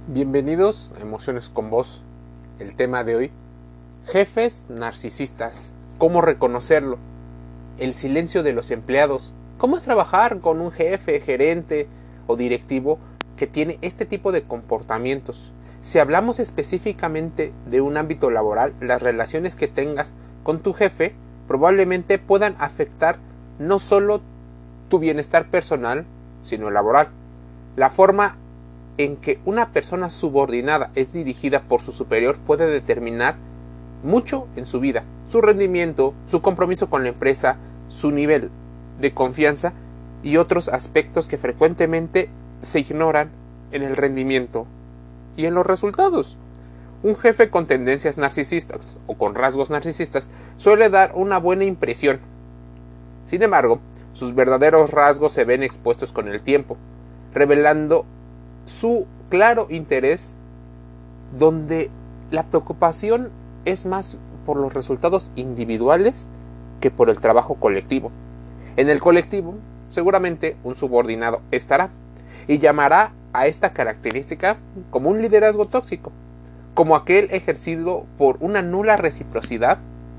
Bienvenidos a Emociones con Vos. El tema de hoy: jefes narcisistas. ¿Cómo reconocerlo? El silencio de los empleados. ¿Cómo es trabajar con un jefe, gerente o directivo que tiene este tipo de comportamientos? Si hablamos específicamente de un ámbito laboral, las relaciones que tengas con tu jefe probablemente puedan afectar no solo tu bienestar personal, sino laboral. La forma en que una persona subordinada es dirigida por su superior puede determinar mucho en su vida, su rendimiento, su compromiso con la empresa, su nivel de confianza y otros aspectos que frecuentemente se ignoran en el rendimiento y en los resultados. Un jefe con tendencias narcisistas o con rasgos narcisistas suele dar una buena impresión. Sin embargo, sus verdaderos rasgos se ven expuestos con el tiempo, revelando su claro interés, donde la preocupación es más por los resultados individuales que por el trabajo colectivo. En el colectivo, seguramente un subordinado estará y llamará a esta característica como un liderazgo tóxico, como aquel ejercido por una nula reciprocidad,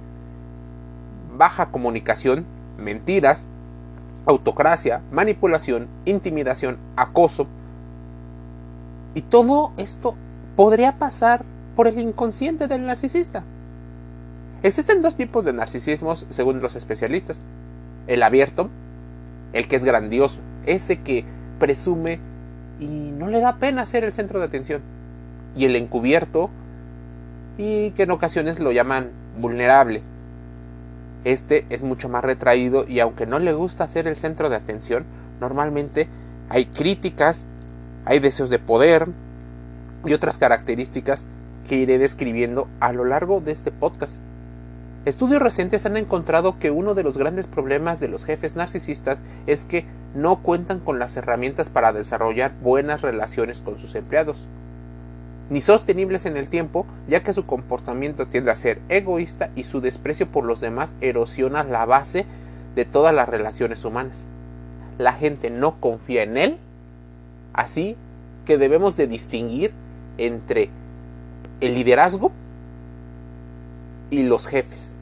baja comunicación, mentiras, autocracia, manipulación, intimidación, acoso. Y todo esto podría pasar por el inconsciente del narcisista. Existen dos tipos de narcisismos según los especialistas: el abierto, el que es grandioso, ese que presume y no le da pena ser el centro de atención, y el encubierto, y que en ocasiones lo llaman vulnerable. Este es mucho más retraído y aunque no le gusta ser el centro de atención, normalmente hay críticas, hay deseos de poder y otras características que iré describiendo a lo largo de este podcast. Estudios recientes han encontrado que uno de los grandes problemas de los jefes narcisistas es que no cuentan con las herramientas para desarrollar buenas relaciones con sus empleados, ni sostenibles en el tiempo, ya que su comportamiento tiende a ser egoísta y su desprecio por los demás erosiona la base de todas las relaciones humanas. La gente no confía en él, así que debemos de distinguir entre el liderazgo y los jefes.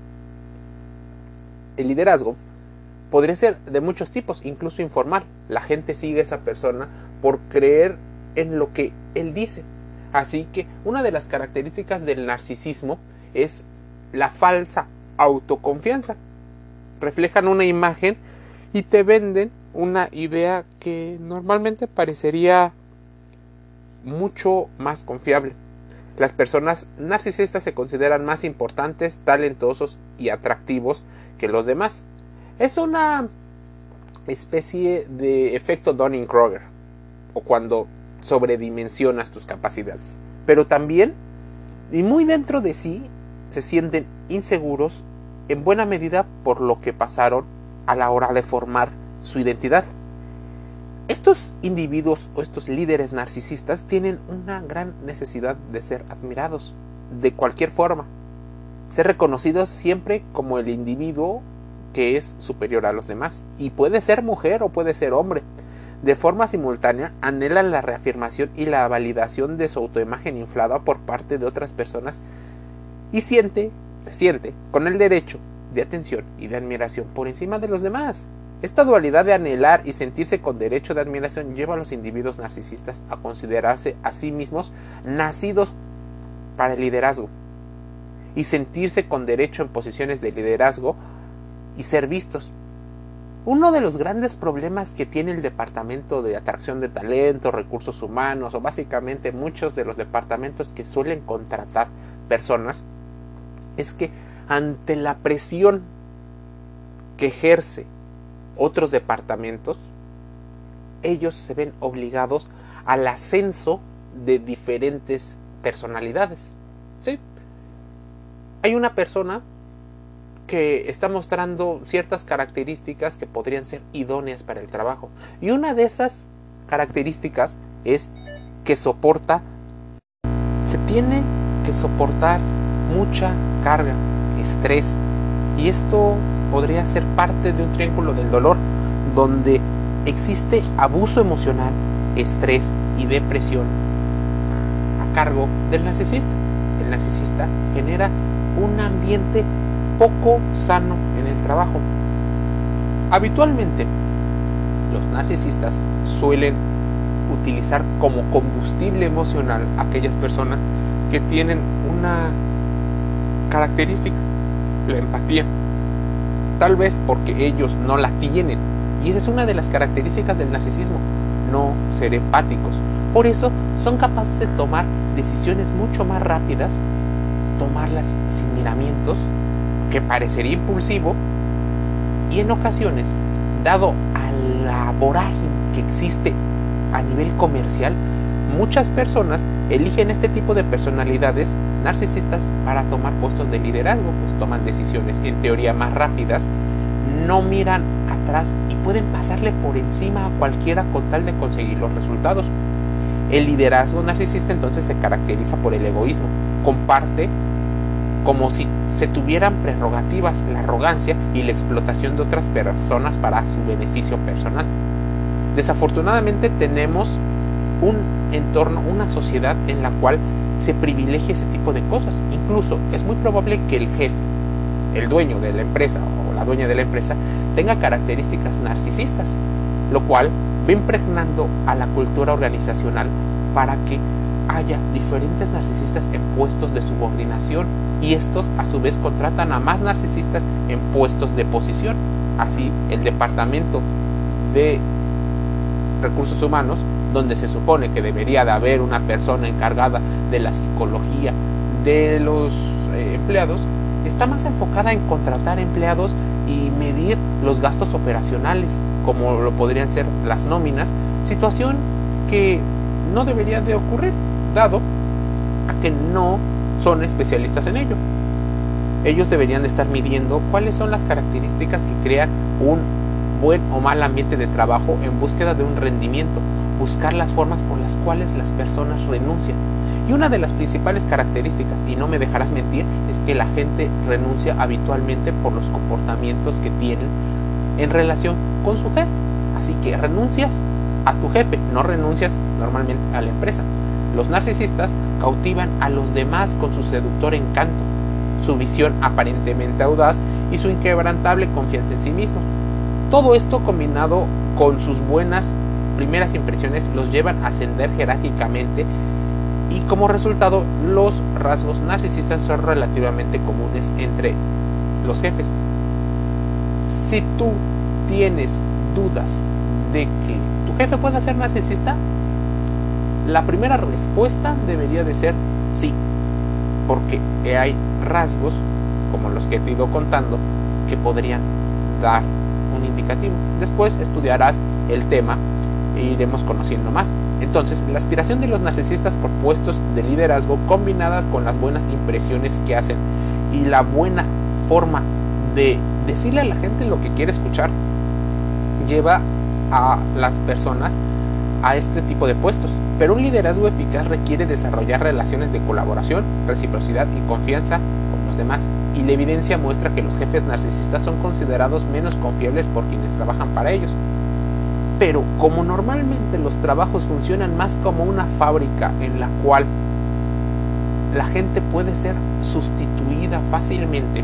El liderazgo podría ser de muchos tipos, incluso informal. La gente sigue a esa persona por creer en lo que él dice. Así que una de las características del narcisismo es la falsa autoconfianza. Reflejan una imagen y te venden una idea que normalmente parecería mucho más confiable. Las personas narcisistas se consideran más importantes, talentosos y atractivos que los demás. Es una especie de efecto Dunning-Kruger, o cuando sobredimensionas tus capacidades. Pero también, y muy dentro de sí, se sienten inseguros en buena medida por lo que pasaron a la hora de formar su identidad. Estos individuos o estos líderes narcisistas tienen una gran necesidad de ser admirados de cualquier forma, ser reconocidos siempre como el individuo que es superior a los demás, y puede ser mujer o puede ser hombre. De forma simultánea anhelan la reafirmación y la validación de su autoimagen inflada por parte de otras personas y se siente con el derecho de atención y de admiración por encima de los demás. Esta dualidad de anhelar y sentirse con derecho de admiración lleva a los individuos narcisistas a considerarse a sí mismos nacidos para el liderazgo y sentirse con derecho en posiciones de liderazgo y ser vistos. Uno de los grandes problemas que tiene el departamento de atracción de talento, recursos humanos, o básicamente muchos de los departamentos que suelen contratar personas, es que ante la presión que ejerce otros departamentos, ellos se ven obligados al ascenso de diferentes personalidades. ¿Sí? Hay una persona que está mostrando ciertas características que podrían ser idóneas para el trabajo. Y una de esas características es que se tiene que soportar mucha carga, estrés. Y esto podría ser parte de un triángulo del dolor, donde existe abuso emocional, estrés y depresión. cargo del narcisista. El narcisista genera un ambiente poco sano en el trabajo. Habitualmente, los narcisistas suelen utilizar como combustible emocional a aquellas personas que tienen una característica, la empatía. Tal vez porque ellos no la tienen. Y esa es una de las características del narcisismo, no ser empáticos. Por eso son capaces de tomar decisiones mucho más rápidas, tomarlas sin miramientos, que parecería impulsivo, y en ocasiones, dado a la vorágine que existe a nivel comercial, muchas personas eligen este tipo de personalidades narcisistas para tomar puestos de liderazgo, pues toman decisiones en teoría más rápidas, no miran atrás y pueden pasarle por encima a cualquiera con tal de conseguir los resultados. El liderazgo narcisista entonces se caracteriza por el egoísmo, comparte como si se tuvieran prerrogativas, la arrogancia y la explotación de otras personas para su beneficio personal. Desafortunadamente tenemos un entorno, una sociedad en la cual se privilegia ese tipo de cosas. Incluso es muy probable que el jefe, el dueño de la empresa o la dueña de la empresa tenga características narcisistas, lo cual va impregnando a la cultura organizacional para que haya diferentes narcisistas en puestos de subordinación, y estos a su vez contratan a más narcisistas en puestos de posición. Así, el departamento de recursos humanos, donde se supone que debería de haber una persona encargada de la psicología de los empleados, está más enfocada en contratar empleados y medir los gastos operacionales, como lo podrían ser las nóminas, situación que no debería de ocurrir, dado a que no son especialistas en ello. Ellos deberían de estar midiendo cuáles son las características que crean un buen o mal ambiente de trabajo en búsqueda de un rendimiento, buscar las formas por las cuales las personas renuncian. Y una de las principales características, y no me dejarás mentir, es que la gente renuncia habitualmente por los comportamientos que tienen en relación con su jefe. Así que renuncias a tu jefe, no renuncias normalmente a la empresa. Los narcisistas cautivan a los demás con su seductor encanto, su visión aparentemente audaz y su inquebrantable confianza en sí mismos. Todo esto combinado con sus buenas primeras impresiones los llevan a ascender jerárquicamente, y como resultado los rasgos narcisistas son relativamente comunes entre los jefes. Si tú tienes dudas de que tu jefe pueda ser narcisista, la primera respuesta debería de ser sí, porque hay rasgos como los que te he ido contando que podrían dar un indicativo. Después estudiarás el tema e iremos conociendo más. Entonces, la aspiración de los narcisistas por puestos de liderazgo, combinadas con las buenas impresiones que hacen y la buena forma de decirle a la gente lo que quiere escuchar, lleva a las personas a este tipo de puestos. Pero un liderazgo eficaz requiere desarrollar relaciones de colaboración, reciprocidad y confianza con los demás, y la evidencia muestra que los jefes narcisistas son considerados menos confiables por quienes trabajan para ellos. Pero como normalmente los trabajos funcionan más como una fábrica en la cual la gente puede ser sustituida fácilmente,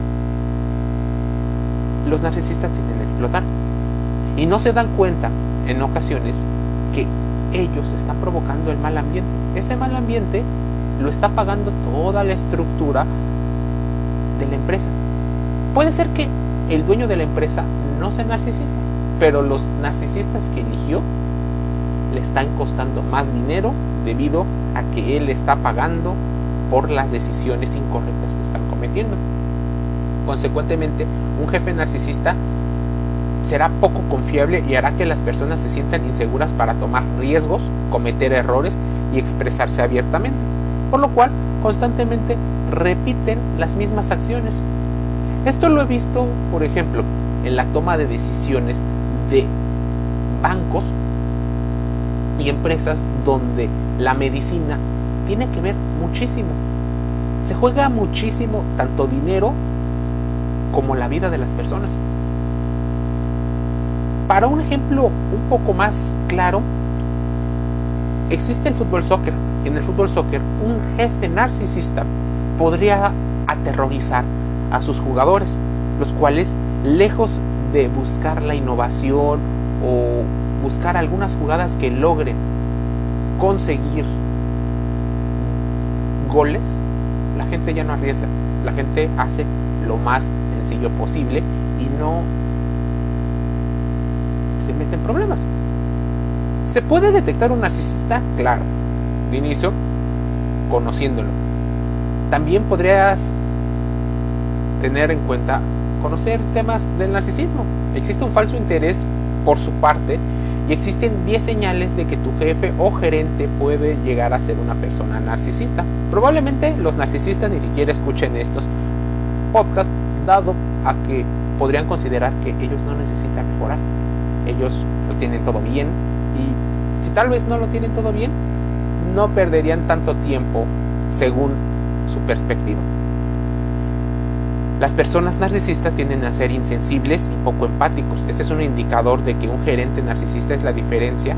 los narcisistas tienden a explotar y no se dan cuenta en ocasiones que ellos están provocando el mal ambiente. Ese mal ambiente lo está pagando toda la estructura de la empresa. Puede ser que el dueño de la empresa no sea narcisista, pero los narcisistas que eligió le están costando más dinero debido a que él está pagando por las decisiones incorrectas que están cometiendo. Consecuentemente, un jefe narcisista será poco confiable y hará que las personas se sientan inseguras para tomar riesgos, cometer errores y expresarse abiertamente, por lo cual constantemente repiten las mismas acciones. Esto lo he visto, por ejemplo, en la toma de decisiones de bancos y empresas donde la medicina tiene que ver muchísimo. Se juega muchísimo tanto dinero como la vida de las personas. Para un ejemplo un poco más claro, existe el fútbol soccer. en el fútbol soccer, un jefe narcisista podría aterrorizar a sus jugadores, los cuales, lejos de buscar la innovación o buscar algunas jugadas que logren conseguir goles, la gente ya no arriesga, la gente hace lo más sencillo posible y no se mete en problemas. ¿Se puede detectar un narcisista? Claro, de inicio, conociéndolo. También podrías tener en cuenta conocer temas del narcisismo. Existe un falso interés por su parte y existen 10 señales de que tu jefe o gerente puede llegar a ser una persona narcisista. Probablemente los narcisistas ni siquiera escuchen estos podcasts, dado a que podrían considerar que ellos no necesitan mejorar. Ellos lo tienen todo bien, y si tal vez no lo tienen todo bien, no perderían tanto tiempo según su perspectiva. Las personas narcisistas tienden a ser insensibles y poco empáticos. Este es un indicador de que un gerente narcisista es la diferencia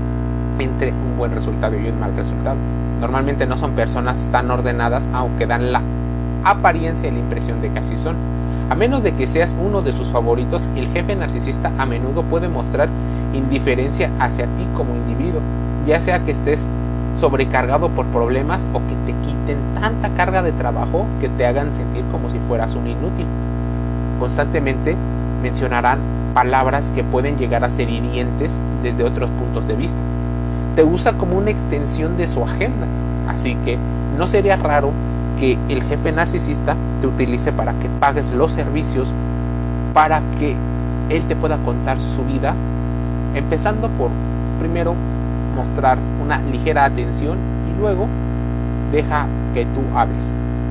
entre un buen resultado y un mal resultado. Normalmente no son personas tan ordenadas, aunque dan la apariencia y la impresión de que así son. A menos de que seas uno de sus favoritos, el jefe narcisista a menudo puede mostrar indiferencia hacia ti como individuo, ya sea que estés sobrecargado por problemas o que te quiten tanta carga de trabajo que te hagan sentir como si fueras un inútil. Constantemente mencionarán palabras que pueden llegar a ser hirientes desde otros puntos de vista. Te usa como una extensión de su agenda, así que no sería raro que el jefe narcisista te utilice para que pagues los servicios para que él te pueda contar su vida, empezando por primero mostrar una ligera atención y luego deja que tú hables.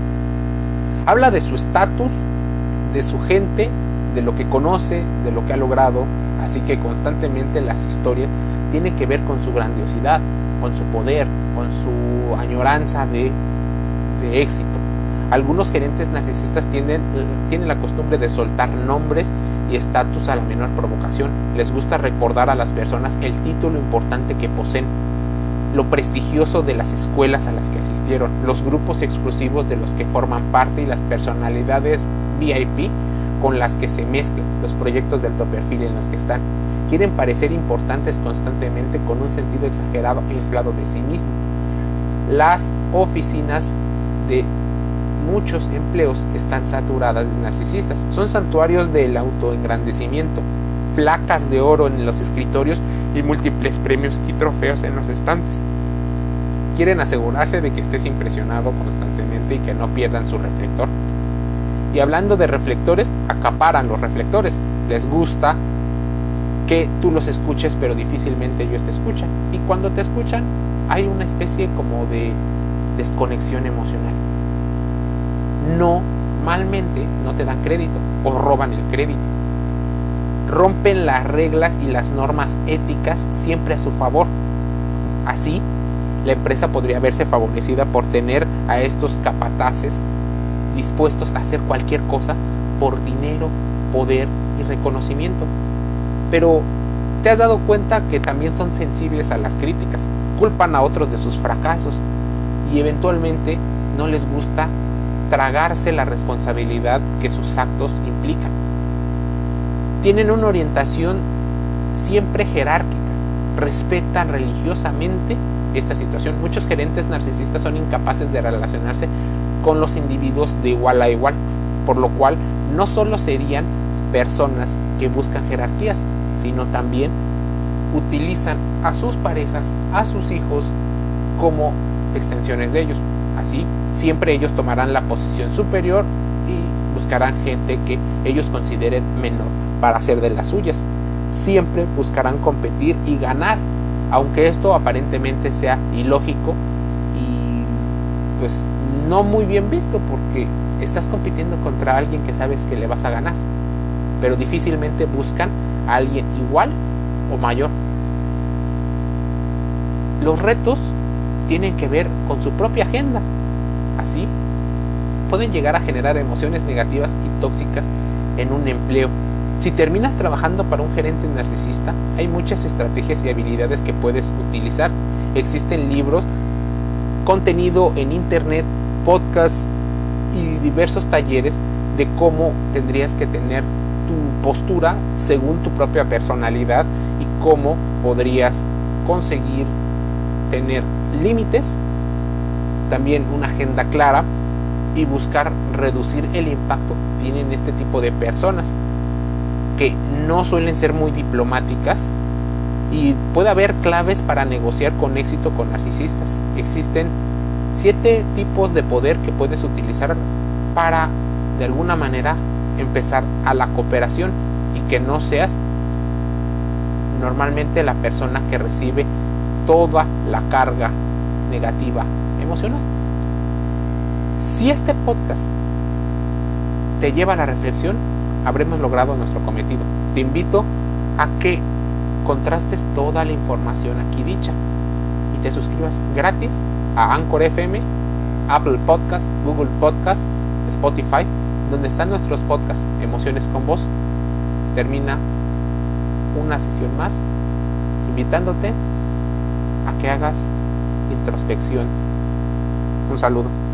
Habla de su estatus, de su gente, de lo que conoce, de lo que ha logrado, así que constantemente las historias tienen que ver con su grandiosidad, con su poder, con su añoranza de éxito. Algunos gerentes narcisistas tienen la costumbre de soltar nombres y estatus a la menor provocación. Les gusta recordar a las personas el título importante que poseen, lo prestigioso de las escuelas a las que asistieron, los grupos exclusivos de los que forman parte y las personalidades VIP con las que se mezclan, los proyectos de alto perfil en los que están. Quieren parecer importantes constantemente con un sentido exagerado e inflado de sí mismo. Las oficinas de muchos empleos están saturadas de narcisistas. Son santuarios del autoengrandecimiento, placas de oro en los escritorios y múltiples premios y trofeos en los estantes. Quieren asegurarse de que estés impresionado constantemente y que no pierdan su reflector. Y hablando de reflectores, acaparan los reflectores. Les gusta que tú los escuches, pero difícilmente ellos te escuchan. Y cuando te escuchan, hay una especie como de desconexión emocional. Normalmente no te dan crédito o roban el crédito. Rompen las reglas y las normas éticas siempre a su favor. Así, la empresa podría verse favorecida por tener a estos capataces dispuestos a hacer cualquier cosa por dinero, poder y reconocimiento. Pero ¿te has dado cuenta que también son sensibles a las críticas? Culpan a otros de sus fracasos y eventualmente no les gusta tragarse la responsabilidad que sus actos implican. Tienen una orientación siempre jerárquica, respetan religiosamente esta situación. Muchos gerentes narcisistas son incapaces de relacionarse con los individuos de igual a igual, por lo cual no solo serían personas que buscan jerarquías, sino también utilizan a sus parejas, a sus hijos como extensiones de ellos. Así, siempre ellos tomarán la posición superior y buscarán gente que ellos consideren menor para hacer de las suyas. Siempre buscarán competir y ganar, aunque esto aparentemente sea ilógico y pues no muy bien visto, porque estás compitiendo contra alguien que sabes que le vas a ganar, pero difícilmente buscan a alguien igual o mayor. Los retos tienen que ver con su propia agenda. Así, pueden llegar a generar emociones negativas y tóxicas en un empleo. Si terminas trabajando para un gerente narcisista, hay muchas estrategias y habilidades que puedes utilizar. Existen libros contenido en internet, podcasts y diversos talleres de cómo tendrías que tener tu postura según tu propia personalidad y cómo podrías conseguir tener límites, también una agenda clara y buscar reducir el impacto que tienen este tipo de personas que no suelen ser muy diplomáticas. Y puede haber claves para negociar con éxito con narcisistas. Existen 7 tipos de poder que puedes utilizar para de alguna manera empezar a la cooperación y que no seas normalmente la persona que recibe toda la carga negativa emocional. Si este podcast te lleva a la reflexión, habremos logrado nuestro cometido. Te invito a que contrastes toda la información aquí dicha y te suscribas gratis a Anchor FM, Apple Podcast, Google Podcast, Spotify, donde están nuestros podcasts Emociones con Voz. Termina una sesión más invitándote a que hagas introspección. Un saludo.